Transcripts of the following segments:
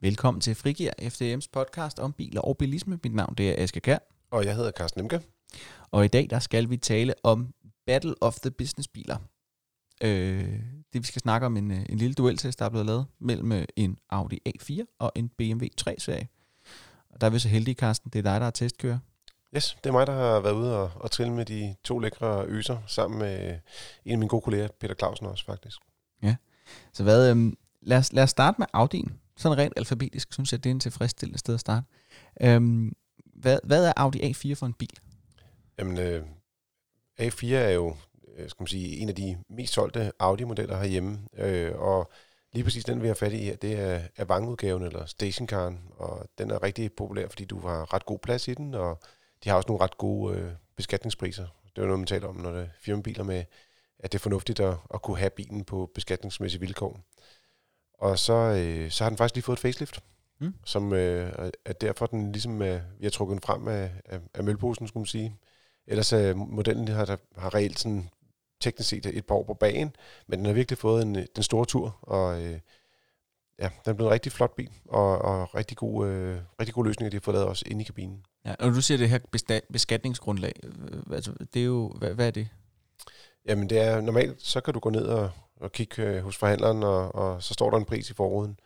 Velkommen til Frigir, FDM's podcast om biler og bilisme. Mit navn det er Asger Kjær. Og jeg hedder Carsten Emke. Og i dag der skal vi tale om Battle of the Business biler. Vi skal snakke om en lille dueltest, der er blevet lavet mellem en Audi A4 og en BMW 3-serie. Og der er vi så heldige, Carsten. Det er dig, der er testkører. Yes, det er mig, der har været ude og trille med de to lækre øser, sammen med en af mine gode kolleger, Peter Clausen også faktisk. Ja, så lad os starte med Audi'en. Sådan rent alfabetisk, synes jeg, det er en tilfredsstillende sted at starte. Hvad er Audi A4 for en bil? Jamen, A4 er jo, skal man sige, en af de mest solgte Audi-modeller herhjemme, og lige præcis den, vi har fat i her, det er Avant-udgaven, eller stationcaren, og den er rigtig populær, fordi du har ret god plads i den, og de har også nogle ret gode beskatningspriser. Det er jo noget, man taler om, når det er firmabiler med, at det er fornuftigt at kunne have bilen på beskatningsmæssige vilkår. Og så har den faktisk lige fået et facelift, som er derfor, den ligesom vi har trukket den frem af mølposen, skulle man sige. Ellers modellen har reelt sådan teknisk set et par år på bagen, men den har virkelig fået den store tur, og den er blevet en rigtig flot bil, og rigtig gode løsninger, de har fået lavet også inde i kabinen. Ja, og du siger det her beskatningsgrundlag, altså, det er jo, hvad er det? Jamen det er normalt, så kan du gå ned og kigge hos forhandleren, og så står der en pris i forruden.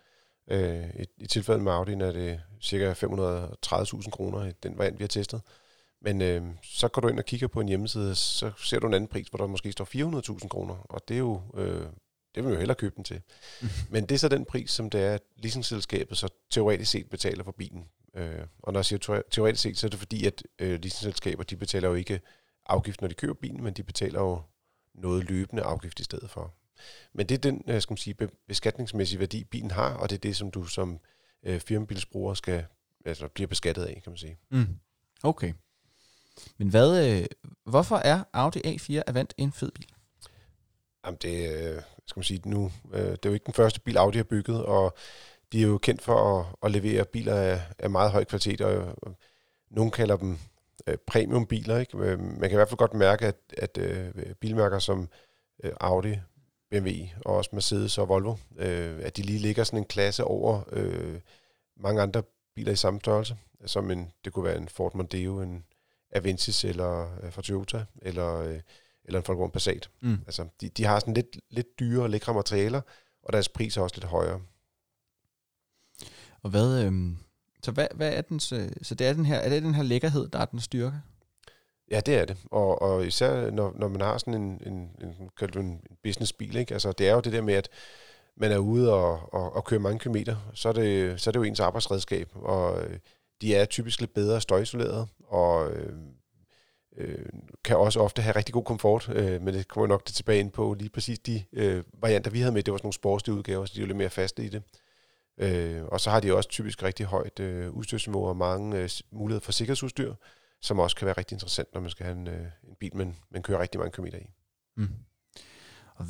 I tilfældet med Audi'en er det ca. 530.000 kroner i den variant, vi har testet. Men så går du ind og kigger på en hjemmeside, så ser du en anden pris, hvor der måske står 400.000 kroner, og det er jo, det vil man jo hellere købe den til. Men det er så den pris, som det er, at leasingselskabet så teoretisk set betaler for bilen. Og når jeg siger teoretisk set, så er det fordi, at leasingselskaber, de betaler jo ikke afgift, når de køber bilen, men de betaler jo noget løbende afgift i stedet for. Men det er den, skal man sige, beskatningsmæssige værdi, bilen har, og det er det, som du som firmabilsbruger bliver beskattet af, kan man sige. Okay. Men hvorfor er Audi A4 Avant en fed bil? Jamen det, skal man sige, nu, det er jo ikke den første bil, Audi har bygget, og de er jo kendt for at levere biler af meget høj kvalitet, og nogen kalder dem premiumbiler, ikke? Man kan i hvert fald godt mærke, at bilmærker som Audi, BMW og også Mercedes og Volvo, at de lige ligger sådan en klasse over mange andre biler i samme størrelse, som det kunne være en Ford Mondeo, en Avensis eller fra Toyota, eller en Volkswagen Passat. Altså, de har sådan lidt dyre og lækre materialer, og deres pris er også lidt højere. Og hvad er den? Så det er er det den her lækkerhed, der er den styrke? Ja, det er det. Og især når man har sådan en businessbil, ikke? Altså, det er jo det der med, at man er ude og køre mange kilometer, så er det jo ens arbejdsredskab, og de er typisk lidt bedre støjisoleret, og kan også ofte have rigtig god komfort, men det kommer nok tilbage ind på lige præcis de varianter, vi havde med. Det var sådan nogle sportslige udgaver, så de er jo lidt mere faste i det. Og så har de også typisk rigtig højt udstyrsniveau og mange muligheder for sikkerhedsudstyr, som også kan være rigtig interessant, når man skal have en bil, man kører rigtig mange kilometer i. Og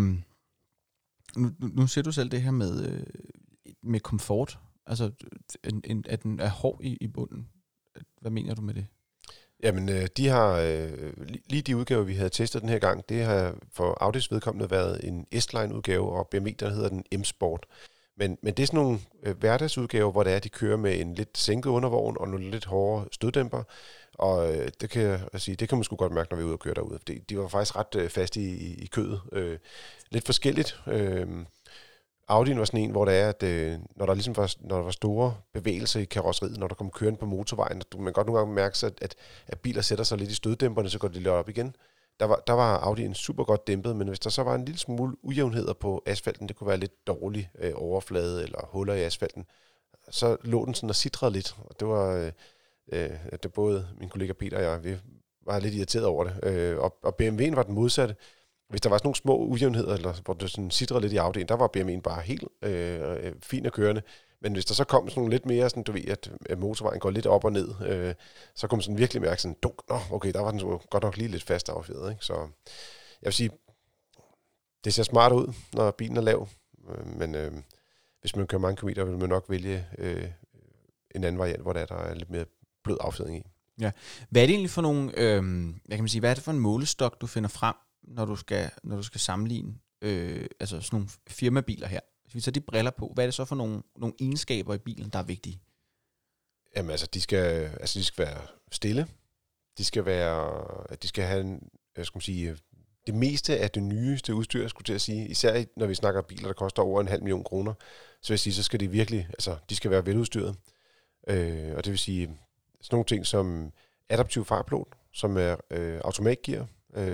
nu ser du selv det her med komfort, altså at den er hård i bunden. Hvad mener du med det? Jamen, de har lige de udgaver, vi havde testet den her gang, det har for Audis vedkommende været en S-Line-udgave, og BMW, der hedder den M-Sport. Men det er sådan nogle hverdagsudgaver, hvor det er, de kører med en lidt sænket undervogn og nogle lidt hårdere støddæmper. Og det kan jeg sige, det kan man sgu godt mærke, når vi er ude og køre derude. Fordi de var faktisk ret faste i kødet. Lidt forskelligt. Audi'en var sådan en, hvor det er, at når der var store bevægelser i karrosseriet, når der kom kørende på motorvejen, man kan godt nogle gange mærke sig, at biler sætter sig lidt i støddæmperne, så går de lidt op igen. Der var Audi'en super godt dæmpet, men hvis der så var en lille smule ujævnheder på asfalten, det kunne være lidt dårlig overflade eller huller i asfalten, så lå den sådan og sitrede lidt. Og det var det både min kollega Peter og jeg, vi var lidt irriteret over det. Og BMW'en var den modsatte. Hvis der var sådan nogle små ujævnheder, eller hvor det sådan sitrede lidt i Audi'en, der var BMW'en bare helt fin og kørende. Men hvis der så kom sådan nogle lidt mere, sådan, du ved, at motorvejen går lidt op og ned, så kunne man sådan virkelig mærke sådan, okay, der var den så godt nok lige lidt fast affjedret, ikke? Så jeg vil sige, det ser smart ud, når bilen er lav, men hvis man kører mange kilometer, vil man nok vælge en anden variant, hvor der er lidt mere blød affjedring i. Ja. Hvad er det egentlig for nogle, hvad kan man sige, hvad er det for en målestok, du finder frem, når du skal sammenligne altså sådan nogle firmabiler her? Hvis vi tager de briller på, hvad er det så for nogle egenskaber i bilen, der er vigtige? Jamen altså, de skal være stille. De skal have det meste af det nyeste udstyr, skulle jeg til at sige. Især når vi snakker biler, der koster over 500.000 kroner, så vil jeg sige, så skal de virkelig, altså de skal være veludstyret. Og det vil sige sådan nogle ting som adaptiv fartpilot, som er automatgear.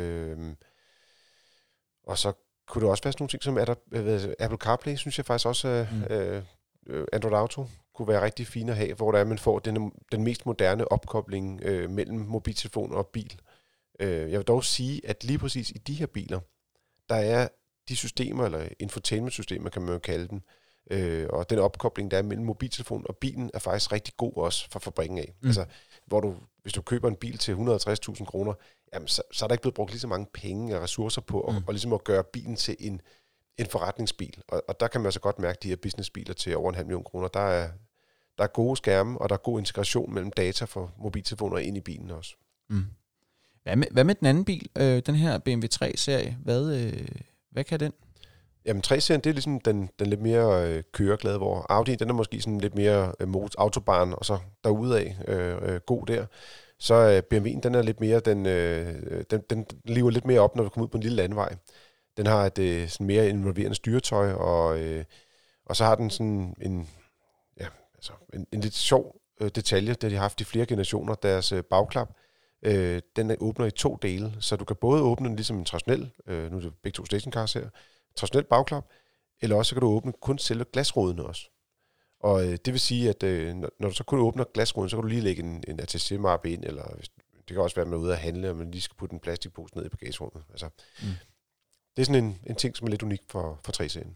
Og så kunne det også være sådan nogle ting som Apple CarPlay, synes jeg faktisk også, Android Auto kunne være rigtig fint at have, hvor der er, man får den mest moderne opkobling mellem mobiltelefon og bil. Jeg vil dog sige, at lige præcis i de her biler, der er de systemer, eller infotainment-systemer, kan man jo kalde dem, og den opkobling, der er mellem mobiltelefon og bilen, er faktisk rigtig god også fra fabrikken af. Altså, hvis du køber en bil til 150.000 kroner, jamen, så er der ikke blevet brugt lige så mange penge og ressourcer på og ligesom at gøre bilen til en forretningsbil. Og der kan man altså godt mærke, de her businessbiler til over 500.000 kroner, der er gode skærme, og der er god integration mellem data for mobiltelefoner ind i bilen også. Mm. Hvad med den anden bil, den her BMW 3-serie? Hvad kan den? Jamen 3-serien, det er ligesom den lidt mere køreglade, hvor Audi, den er måske sådan lidt mere autobahn, og så derudad god der. Så BMW'en, den er lidt mere, den lever lidt mere op, når du kommer ud på en lille landevej. Den har et sådan mere involverende styretøj, og så har den sådan en lidt sjov detalje, der de har haft i flere generationer, deres bagklap. Den åbner i 2 dele, så du kan både åbne den ligesom en traditionel, nu er det begge 2 stationcars her, traditionel bagklap, eller også så kan du åbne kun selve glasrudene også. Og det vil sige, at når du så kun åbner glasruden, så kan du lige lægge en ATC-mappe ind, eller det kan også være, at man er ude at handle, og man lige skal putte en plastikpose ned i bagagerummet. Altså, det er sådan en ting, som er lidt unik for 3-serien.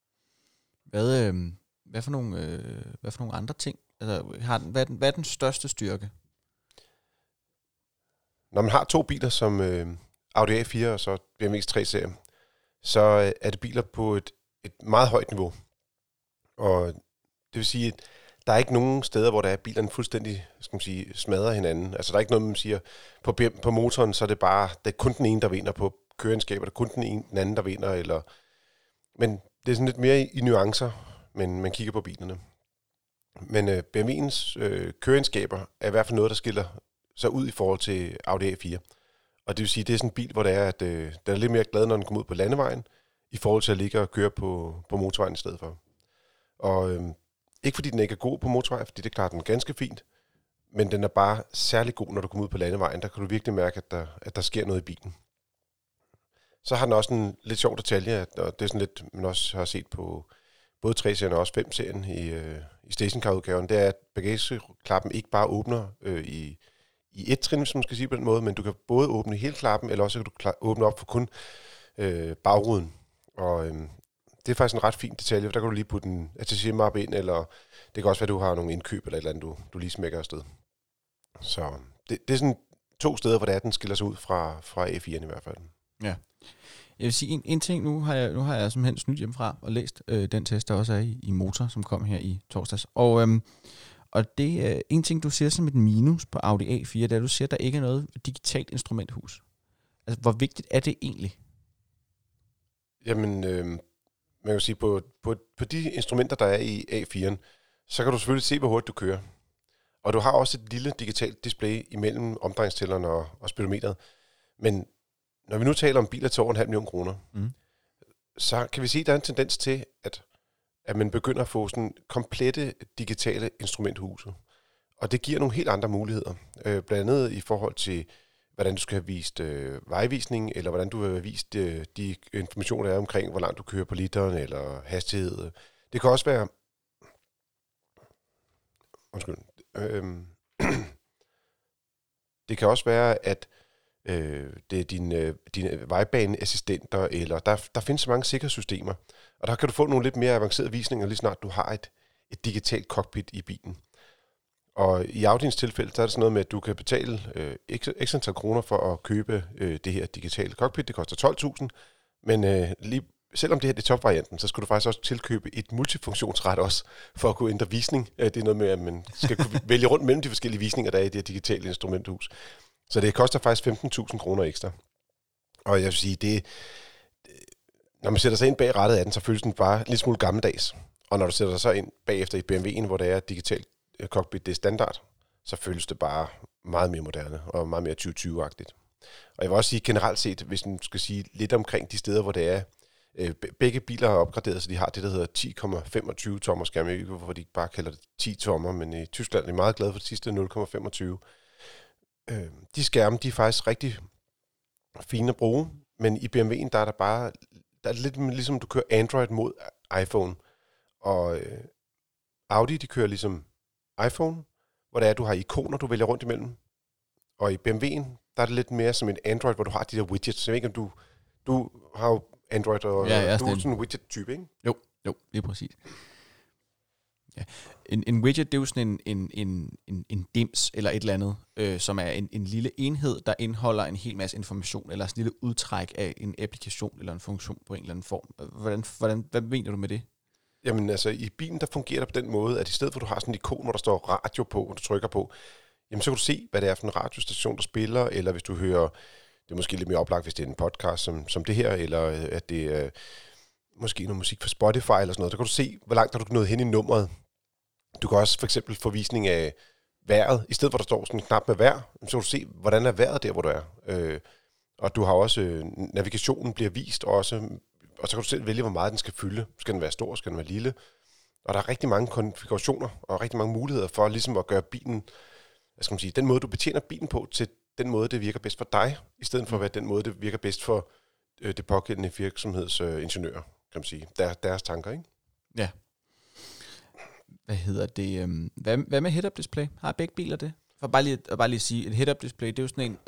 Hvad for nogle andre ting? Altså, hvad er den største styrke? Når man har 2 biler som Audi A4 og så BMW's 3-serie, så er det biler på et meget højt niveau. Og det vil sige, at der er ikke nogen steder, hvor der er bilerne fuldstændig, skal man sige, smadrer hinanden. Altså der er ikke noget, man siger, på motoren, så er det er kun den ene, der vinder. På køreegenskaber, der er kun den anden, der vinder. Men det er sådan lidt mere i nuancer, men man kigger på bilerne. Men BMW'ens køreegenskaber er i hvert fald noget, der skiller sig ud i forhold til Audi A4. Og det vil sige, det er sådan en bil, hvor det er, at den er lidt mere glad, når den kommer ud på landevejen, i forhold til at ligge og køre på motorvejen i stedet for. Og ikke fordi den ikke er god på motorvej, fordi det klarer den ganske fint, men den er bare særlig god, når du kommer ud på landevejen. Der kan du virkelig mærke, at der sker noget i bilen. Så har den også en lidt sjov detalje, og det er sådan lidt, man også har set på både 3-serien og også 5-serien i stationcar-udgaven, det er, at bagageklappen ikke bare åbner i et trin, som man skal sige på den måde, men du kan både åbne hele klappen, eller også kan du åbne op for kun bagruden. Og det er faktisk en ret fin detalje, for der kan du lige putte en attaché-mappe ind, eller det kan også være, at du har nogle indkøb eller et eller andet, du lige smækker afsted. Så det er sådan 2 steder, hvor den skiller sig ud fra A4'en i hvert fald. Ja. Jeg vil sige en ting, nu har jeg simpelthen snydt hjemmefra og læst den test, der også er i Motor, som kom her i torsdags. Og det er en ting, du siger som et minus på Audi A4, det er, at du siger, at der ikke er noget digitalt instrumenthus. Altså, hvor vigtigt er det egentlig? Jamen, man kan sige, på de instrumenter, der er i A4'en, så kan du selvfølgelig se, hvor hurtigt du kører. Og du har også et lille digitalt display imellem omdrejningstælleren og speedometeret. Men når vi nu taler om biler til over 500.000 kroner, så kan vi se, at der er en tendens til, at man begynder at få sådan komplette digitale instrumenthuse. Og det giver nogle helt andre muligheder. Blandt andet i forhold til, hvordan du skal have vist vejvisning, eller hvordan du har vist de informationer, der er omkring, hvor langt du kører på literen, eller hastighed. Det kan også være... det kan også være, at det er dine vejbaneassistenter, eller der findes så mange sikkerhedssystemer, og der kan du få nogle lidt mere avancerede visninger, lige snart du har et digitalt cockpit i bilen. Og i Audiens tilfælde, så er det sådan noget med, at du kan betale x antal kroner for at købe det her digitale cockpit. Det koster 12.000, men selvom det her er topvarianten, så skal du faktisk også tilkøbe et multifunktionsret også, for at kunne ændre visning. Det er noget med, at man skal kunne vælge rundt mellem de forskellige visninger, der er i det her digitale instrumenthus. Så det koster faktisk 15.000 kroner ekstra. Og jeg vil sige, når man sætter sig ind bag rattet af den, så føles den bare lidt smule gammeldags. Og når du sætter dig så ind bagefter i BMW'en, hvor der er digitalt cockpit, det er standard, så føles det bare meget mere moderne og meget mere 2020-agtigt. Og jeg vil også sige generelt set, hvis man skal sige lidt omkring de steder, hvor det er, begge biler er opgraderet, så de har det, der hedder 10,25 tommer skærm. Jeg ved ikke, hvorfor de ikke bare kalder det 10 tommer, men i Tyskland er de meget glade for de sidste 0,25. De skærme, de er faktisk rigtig fine at bruge, men i BMW'en, der er det lidt ligesom, du kører Android mod iPhone. Og Audi, de kører ligesom iPhone, hvor det er, du har ikoner, du vælger rundt imellem. Og i BMW'en, der er det lidt mere som en Android, hvor du har de der widgets. Så jeg ved ikke, om du har jo Android, og du er sådan en widget-type, ikke? Jo, lige præcis. Ja. En widget, det er jo sådan en dims eller et eller andet, som er en lille enhed, der indeholder en hel masse information, eller sådan en lille udtræk af en applikation eller en funktion på en eller anden form. Hvad mener du med det? Jamen altså, i bilen, der fungerer det på den måde, at i stedet for, at du har sådan en ikon, hvor der står radio på, og du trykker på, jamen så kan du se, hvad det er for en radiostation, der spiller, eller hvis du hører, det er måske lidt mere oplagt, hvis det er en podcast som det her, eller at det er måske noget musik fra Spotify eller sådan noget, der kan du se, hvor langt har du nået hen i nummeret. Du kan også for eksempel få visning af vejret. I stedet for, der står sådan en knap med vejr, så kan du se, hvordan er vejret der, hvor du er. Og du har også, navigationen bliver vist også, og så kan du selv vælge, hvor meget den skal fylde. Skal den være stor, skal den være lille? Og der er rigtig mange konfigurationer, og rigtig mange muligheder for ligesom at gøre bilen, hvad skal man sige, den måde, du betjener bilen på, til den måde, det virker bedst for dig, i stedet for at være den måde, det virker bedst for det pågældende virksomhedsingeniører, kan man sige. Deres tanker, ikke? Ja. Hvad hedder det? Hvad med head-up display? Har begge biler det? For bare lige at sige, et head-up display, det er jo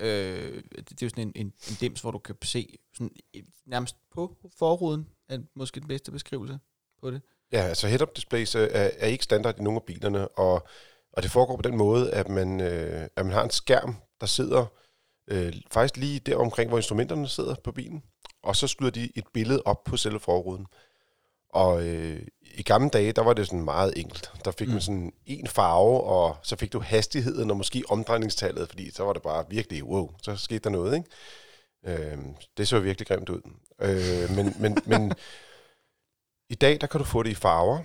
sådan en dims, hvor du kan se sådan, nærmest på forruden, er måske den bedste beskrivelse på det. Ja, altså head-up displays er ikke standard i nogle af bilerne, og det foregår på den måde, at man har en skærm, der sidder faktisk lige der omkring, hvor instrumenterne sidder på bilen, og så skyder de et billede op på selve forruden. Og i gamle dage, der var det sådan meget enkelt. Der fik man sådan en farve, og så fik du hastigheden og måske omdrejningstallet, fordi så var det bare virkelig, wow, så skete der noget, ikke? Det så virkelig grimt ud. Men i dag, der kan du få det i farver,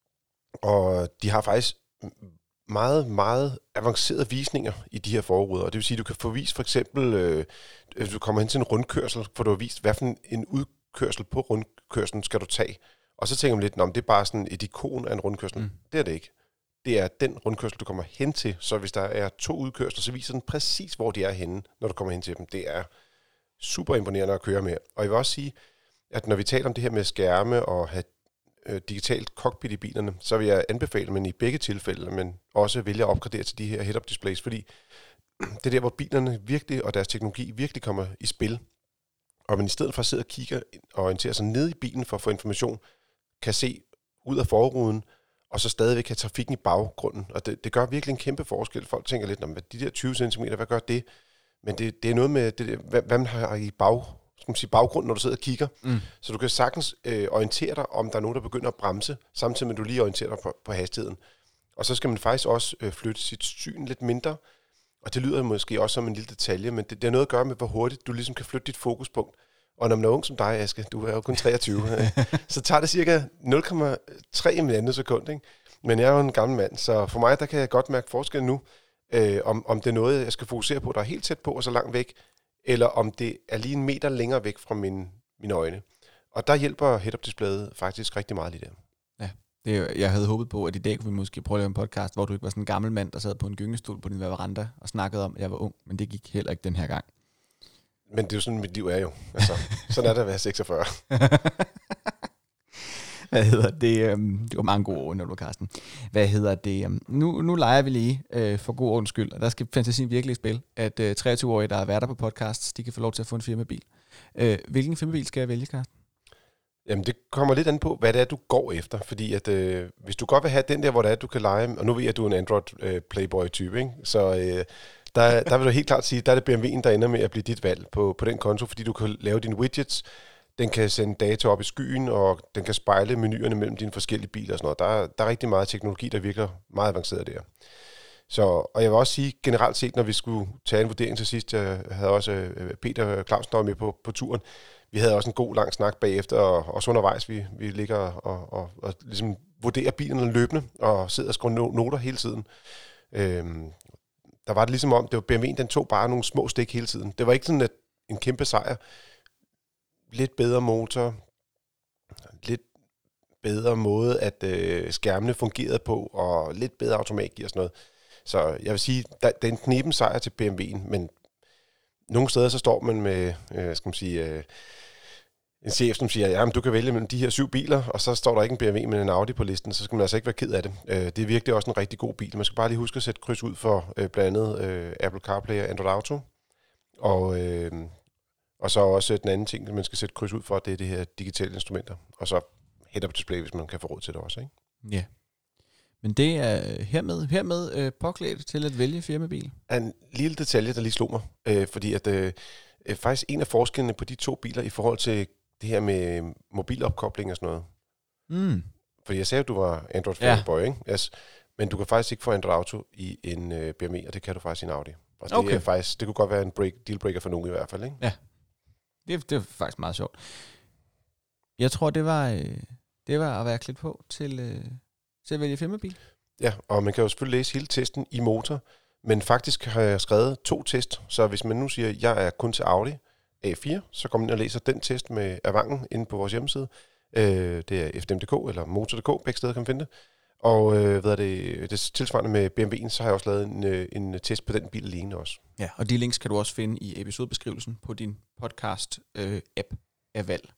og de har faktisk meget, meget avancerede visninger i de her forruder. Og det vil sige, at du kan få vist for eksempel, hvis du kommer hen til en rundkørsel, får du vist, hvad for en udkørsel på rundkørselen skal du tage. Og så tænker man lidt, det er bare sådan et ikon af en rundkørsel. Det er det ikke. Det er den rundkørsel, du kommer hen til. Så hvis der er 2 udkørsler, så viser den præcis, hvor de er henne, når du kommer hen til dem. Det er super imponerende at køre med. Og jeg vil også sige, at når vi taler om det her med skærme og have digitalt cockpit i bilerne, så vil jeg anbefale, men i begge tilfælde, men også vælge at opgradere til de her head-up displays, fordi det er der, hvor bilerne virkelig og deres teknologi virkelig kommer i spil. Og man i stedet for at sidde og kigge og orientere sig ned i bilen for at få information, kan se ud af forruden, og så stadigvæk have trafikken i baggrunden. Og det gør virkelig en kæmpe forskel. Folk tænker lidt, hvad de der 20 cm, hvad gør det? Men det er noget med, det, hvad man har i baggrunden, når du sidder og kigger. Så du kan sagtens orientere dig, om der er nogen, der begynder at bremse, samtidig med, at du lige orienterer dig på hastigheden. Og så skal man faktisk også flytte sit syn lidt mindre. Og det lyder måske også som en lille detalje, men det har noget at gøre med, hvor hurtigt du ligesom kan flytte dit fokuspunkt. Og når man er ung som dig, Aske, du er jo kun 23, så tager det cirka 0,3 nanosekund, ikke? Men jeg er jo en gammel mand, så for mig, der kan jeg godt mærke forskel nu, om det er noget, jeg skal fokusere på, der er helt tæt på og så langt væk, eller om det er lige en meter længere væk fra mine øjne. Og der hjælper head-up displayet faktisk rigtig meget lige der. Ja, jeg havde håbet på, at i dag kunne vi måske prøve at lave en podcast, hvor du ikke var sådan en gammel mand, der sad på en gyngestol på din veranda og snakkede om, at jeg var ung, men det gik heller ikke den her gang. Men det er jo sådan, mit liv er jo. Altså, sådan er det at være 46. Hvad hedder det? Det var mange gode ord, når du, Carsten. Hvad hedder det? Nu leger vi lige for god ordens skyld, og der skal fantasien virkelig spille, at 23-årige, der er værter på podcasts, de kan få lov til at få en firmabil. Hvilken firmabil skal jeg vælge, Carsten? Jamen, det kommer lidt an på, hvad det er, du går efter. Fordi at, hvis du godt vil have den der, hvor det er, du kan lege, og nu ved jeg, at du er en Android-playboy-type, ikke? Så der vil du helt klart sige, der er det BMW'en, der ender med at blive dit valg på den konto, fordi du kan lave dine widgets, den kan sende data op i skyen, og den kan spejle menuerne mellem dine forskellige biler og sådan noget. Der er rigtig meget teknologi, der virker meget avanceret der. Og jeg vil også sige, generelt set, når vi skulle tage en vurdering til sidst, jeg havde også Peter Clausen, der var med på turen, vi havde også en god lang snak bagefter, og også undervejs, vi ligger og ligesom vurderer bilerne løbende, og sidder og skriver noter hele tiden. Der var det ligesom om, det var BMW'en, den tog bare nogle små stik hele tiden. Det var ikke sådan en kæmpe sejr. Lidt bedre motor, lidt bedre måde, at skærmene fungerede på, og lidt bedre automatgear og sådan noget. Så jeg vil sige, det er en knepen sejr til BMW'en, men nogle steder så står man med, en chef, som siger, jamen du kan vælge mellem de her 7 biler, og så står der ikke en BMW, men en Audi på listen, så skal man altså ikke være ked af det. Det er virkelig også en rigtig god bil. Man skal bare lige huske at sætte kryds ud for blandt andet Apple CarPlay og Android Auto. Og så også den anden ting, man skal sætte kryds ud for, det er det her digitale instrumenter. Og så head-up display, hvis man kan få råd til det også, ikke? Ja. Men det er hermed påklædt til at vælge firmabil. En lille detalje, der lige slog mig, fordi at faktisk en af forskellene på de 2 biler i forhold til det her med mobilopkobling og sådan noget. Mm. Fordi jeg sagde, at du var Android fanboy, ikke? Yes. Men du kan faktisk ikke få Android Auto i en BMW, og det kan du faktisk i en Audi. Og det er faktisk, det kunne godt være en dealbreaker for nogen i hvert fald, ikke? Ja. Det er faktisk meget sjovt. Jeg tror, det var at være klædt på til at vælge firmabil. Ja, og man kan jo selvfølgelig læse hele testen i Motor, men faktisk har jeg skrevet 2 test, så hvis man nu siger, at jeg er kun til Audi A4, så kommer man ind og læser den test med Avangen inde på vores hjemmeside. Det er fdm.dk eller motor.dk, begge steder kan man finde det. Og det tilsvarende med BMW'en, så har jeg også lavet en test på den bil alene også. Ja, og de links kan du også finde i episodebeskrivelsen på din podcast-app af valg.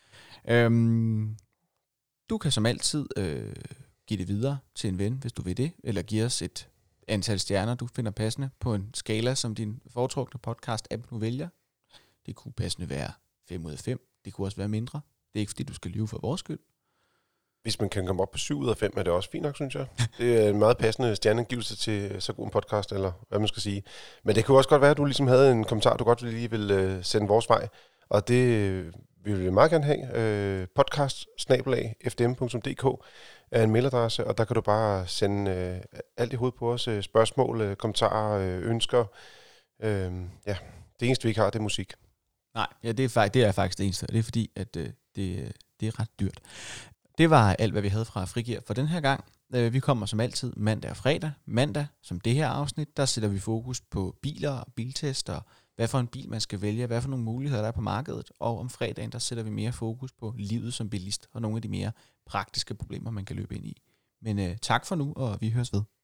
Du kan som altid give det videre til en ven, hvis du vil det, eller give os et antal stjerner, du finder passende på en skala, som din foretrukne podcast-app nu vælger. Det kunne passende være 5 ud af 5. Det kunne også være mindre. Det er ikke, fordi du skal lyve for vores skyld. Hvis man kan komme op på 7 ud af 5, er det også fint nok, synes jeg. Det er en meget passende stjerneangivelse til så god en podcast, eller hvad man skal sige. Men det kunne også godt være, at du ligesom havde en kommentar, du godt lige vil sende vores vej. Og det vil vi meget gerne have. podcast@fdm.dk er en mailadresse, og der kan du bare sende alt i hovedet på os. Spørgsmål, kommentarer, ønsker. Det eneste, vi ikke har, det er musik. Nej, ja, det er faktisk det eneste. Det er fordi, at det er ret dyrt. Det var alt, hvad vi havde fra Frigir for den her gang. Vi kommer som altid mandag og fredag. Mandag, som det her afsnit, der sætter vi fokus på biler og biltester, hvad for en bil man skal vælge, hvad for nogle muligheder der er på markedet. Og om fredagen, der sætter vi mere fokus på livet som bilist og nogle af de mere praktiske problemer, man kan løbe ind i. Men tak for nu, og vi høres ved.